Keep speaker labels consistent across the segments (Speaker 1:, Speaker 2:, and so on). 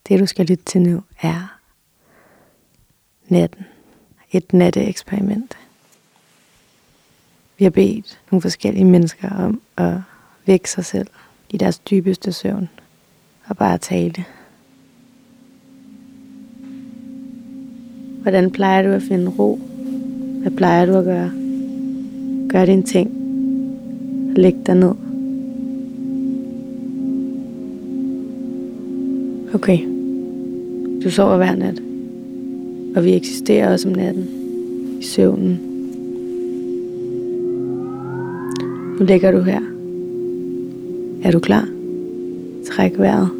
Speaker 1: Det du skal lytte til nu er natten. Et natteeksperiment. Vi har bedt nogle forskellige mennesker om at vække sig selv i deres dybeste søvn og bare tale. Hvordan plejer du at finde ro? Hvad plejer du at gøre? Gør dine ting. Læg dig ned. Okay. Du sover hver nat. Og vi eksisterer også om natten. I søvnen. Nu ligger du her. Er du klar? Træk vejret.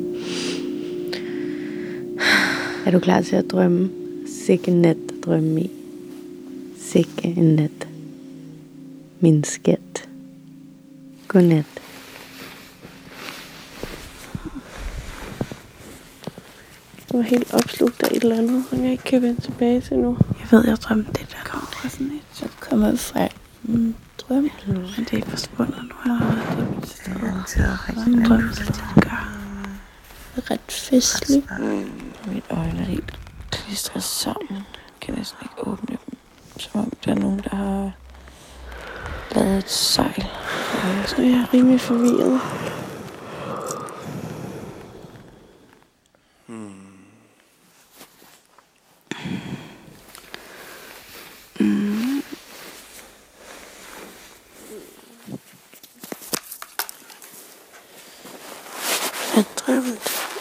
Speaker 1: Er du klar til at drømme? Sikke en nat at drømme i. Sikke en nat. Min skat. Godnat.
Speaker 2: Jeg var helt opslugt af et eller andet, som jeg ikke kan vende tilbage til nu.
Speaker 3: Jeg ved, jeg drømte det der kom fra sådan et, så kommet fra en drøm, men det er forsvundet nu. Jeg har været det sted. Sådan en drøm, så det gør. Det er ret festligt. Mine øjne er helt klistret sammen. Jeg kan næsten ikke åbne dem. Som om der er nogen, der har lavet et sejl.
Speaker 2: Så jeg er rimelig forvirret.
Speaker 3: Jeg drømte,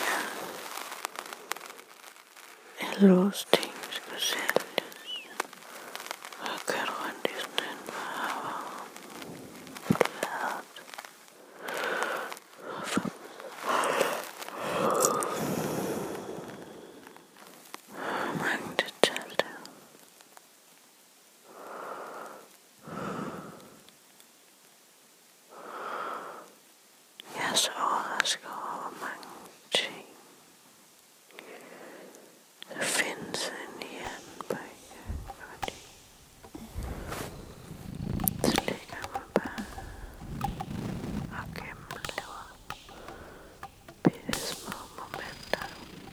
Speaker 3: at alle vores ting skulle sælges. Og jeg kørte rundt i sådan en varevogn. Mange detaljer. Jeg er så overrasket over mange ting. Der findes en jernbøje, fordi så ligger man bare og gennemlever bitte små momenter.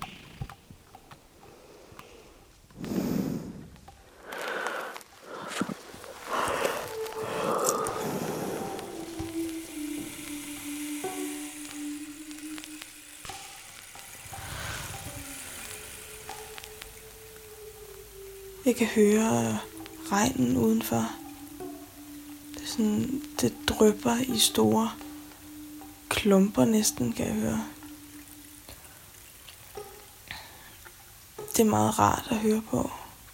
Speaker 3: Jeg kan høre regnen udenfor. Det er sådan, det drypper i store klumper næsten, kan jeg høre. Det er meget rart at høre på.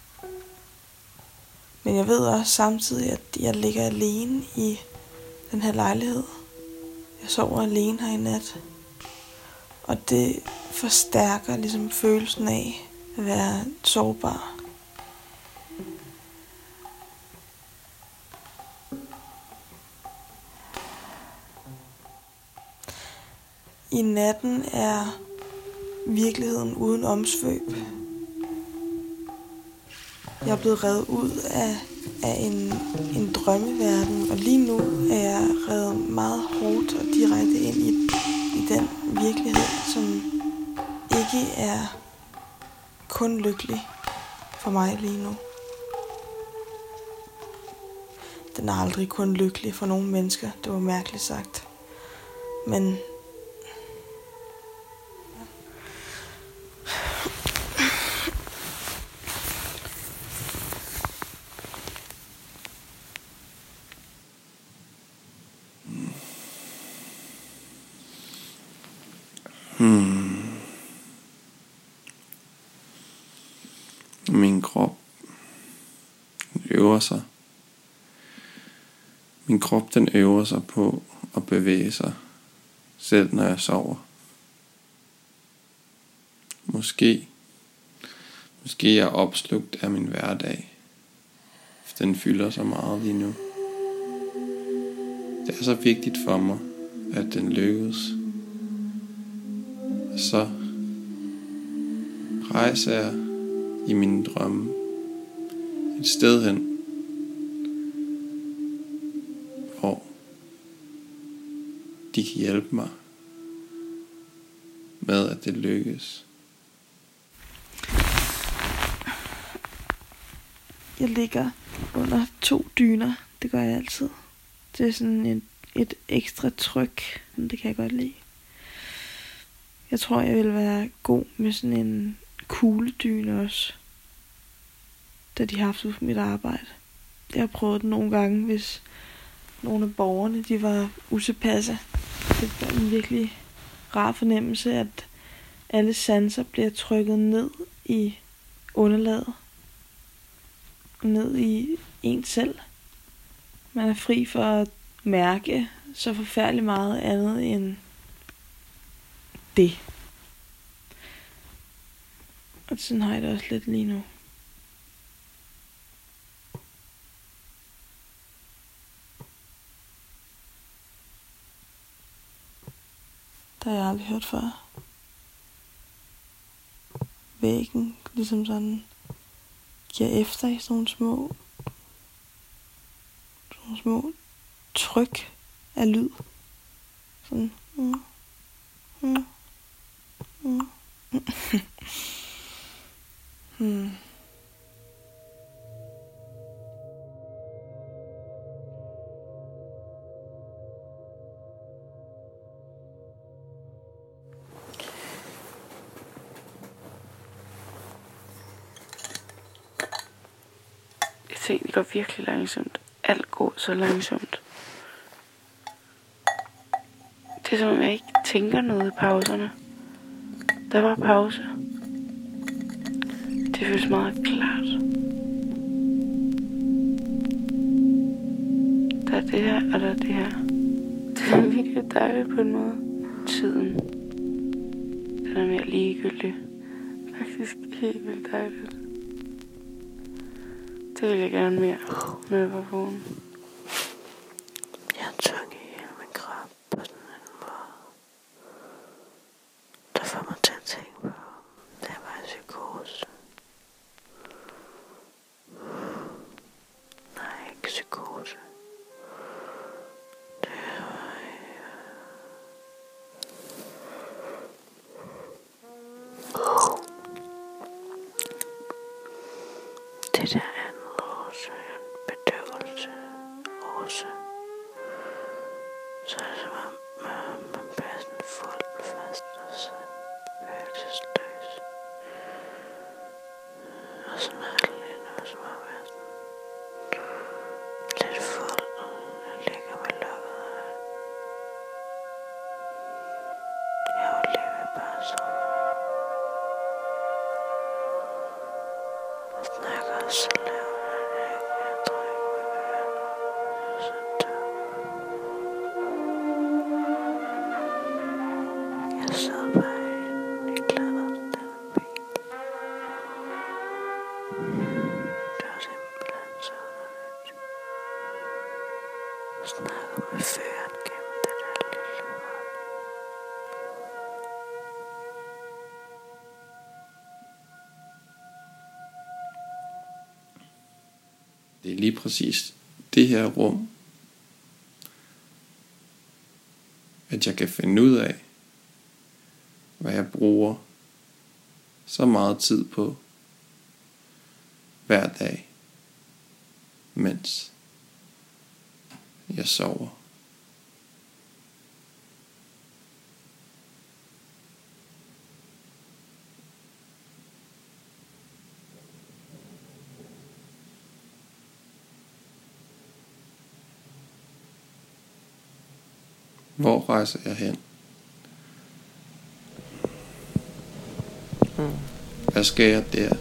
Speaker 3: Men jeg ved også samtidig, at jeg ligger alene i den her lejlighed. Jeg sover alene her i nat. Og det forstærker ligesom følelsen af at være sårbar. I natten er virkeligheden uden omsvøb. Jeg er blevet revet ud af en drømmeverden, og lige nu er jeg revet meget hårdt og direkte ind i den virkelighed, som ikke er kun lykkelig for mig lige nu. Den er aldrig kun lykkelig for nogle mennesker, det var mærkeligt sagt. Men
Speaker 4: Min krop øver sig. Min krop den øver sig på at bevæge sig, selv når jeg sover. Måske er jeg opslugt af min hverdag. Den fylder så meget lige nu. Det er så vigtigt for mig, at den lykkes. Og så rejser jeg i mine drømme et sted hen, hvor de kan hjælpe mig med, at det lykkes.
Speaker 2: Jeg ligger under 2 dyner. Det gør jeg altid. Det er sådan et ekstra tryk. Det kan jeg godt lide. Jeg tror, jeg vil være god med sådan en kugledyne også. Da de har haft ud på mit arbejde. Jeg har prøvet det nogle gange, hvis nogle af borgerne de var utilpasse. Det var en virkelig rar fornemmelse, at alle sanser bliver trykket ned i underlaget. Ned i en selv. Man er fri for at mærke så forfærdeligt meget andet end det. Og sådan har jeg det også lidt lige nu. Det har jeg aldrig hørt før. Væggen ligesom sådan giver efter i sådan nogle små tryk af lyd. Sådan.
Speaker 3: Det går virkelig langsomt. Alt går så langsomt. Det er som om jeg ikke tænker noget i pauserne. Der var pause. Det føles meget klart. Der er det her, og der er det her. Det er virkelig dejligt på en måde. Tiden. Den er mere ligegyldig. Faktisk helt vildt dejligt. Det vil jeg gerne mere med på vågen. Jeg er tung i hele min krop på sådan en måde. Der får mig til at tænke på, det er bare psykose. Nej, ikke psykose. Det der er en låse, en bedøvelse, også. Så er det som om, man bliver sådan fuldt fast og så følelsesløs. Og sådan er det lige nu, som om jeg er sådan lidt fuld. Jeg ligger med lukket øje. Jeg var lige ved bare at sove. Og snakker også så lavt, at jeg tror ikke, vi kan høre noget. Jeg er så død. Jeg sad bare i klæder til denne bil. Det var simpelthen så underligt. Jeg snakker med føreren gennem det der lille hul.
Speaker 4: Det er lige præcis det her rum, at jeg kan finde ud af, hvad jeg bruger så meget tid på hver dag, mens jeg sover. Hvor rejser jeg hen? Hvad skal jeg der?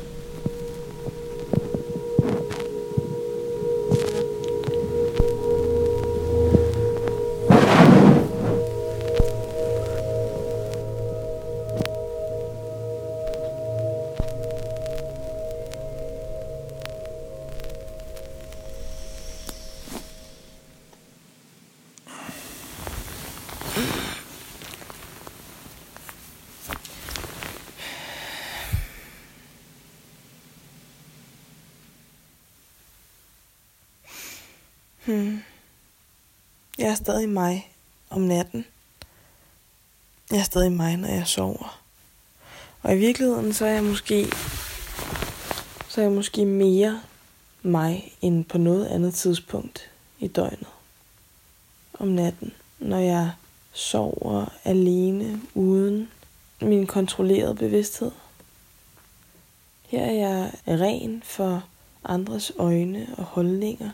Speaker 2: Jeg er stadig mig om natten. Jeg er stadig mig, når jeg sover. Og i virkeligheden, så er jeg måske mere mig end på noget andet tidspunkt i døgnet. Om natten, når jeg sover alene uden min kontrollerede bevidsthed. Her er jeg ren for andres øjne og holdninger.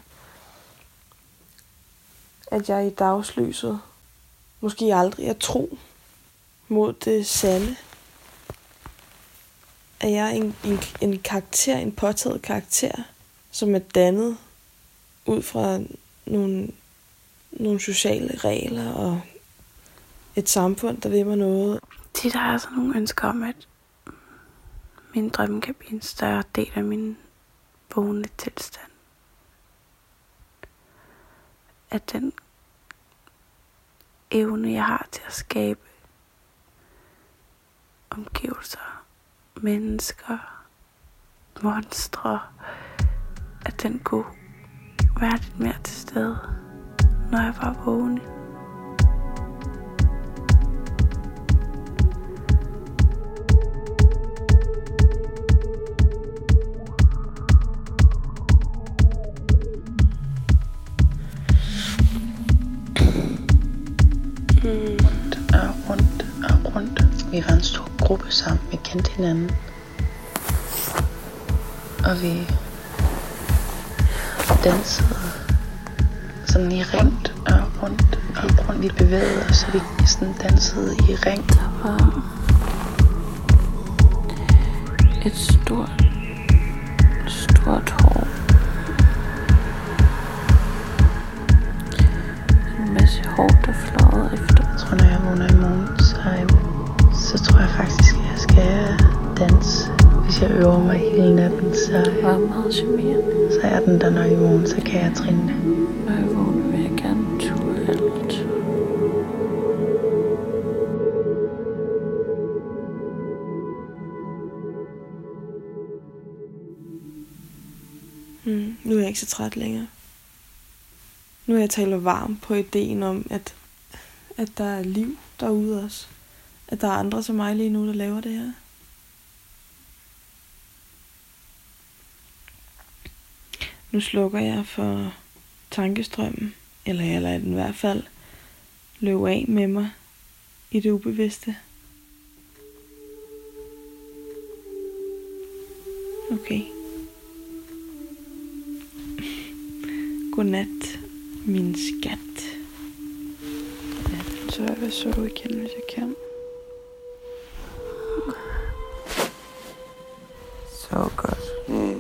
Speaker 2: At jeg i dagslyset måske aldrig er tro mod det sande. At jeg er en karakter, en påtaget karakter, som er dannet ud fra nogle sociale regler og et samfund, der vil mig noget.
Speaker 3: Tit har jeg sådan nogle ønsker om, at min drømme kan blive en større del af min vågne tilstand. At den evne, jeg har til at skabe omgivelser, mennesker, monstre, at den kunne være lidt mere til stede, når jeg var vågen.
Speaker 5: Vi var en stor gruppe sammen, vi kendte hinanden. Og vi dansede sådan i ring og rundt. Vi bevægede os, og vi sådan dansede i ring.
Speaker 3: Der var et stort hår. En masse hår, der fløjede efter.
Speaker 5: Jeg tror, når jeg vågner i morgen, så tror jeg faktisk, at jeg skal danse. Hvis jeg øver mig hele natten, så
Speaker 3: var meget charmerende.
Speaker 5: Så er den der, når jeg vågner, så kan jeg trinne.
Speaker 3: Når jeg vågner, vil jeg gerne turde alt.
Speaker 2: Nu er jeg ikke så træt længere. Nu er jeg talt varm på ideen om, at der er liv derude også. At der er andre som mig lige nu, der laver det her. Nu slukker jeg for tankestrømmen, eller jeg lader den i hvert fald løbe af med mig i det ubevidste. Okay. Godnat, min skat.
Speaker 3: Så jeg vil sove igen, hvis jeg kan.
Speaker 1: Så godt.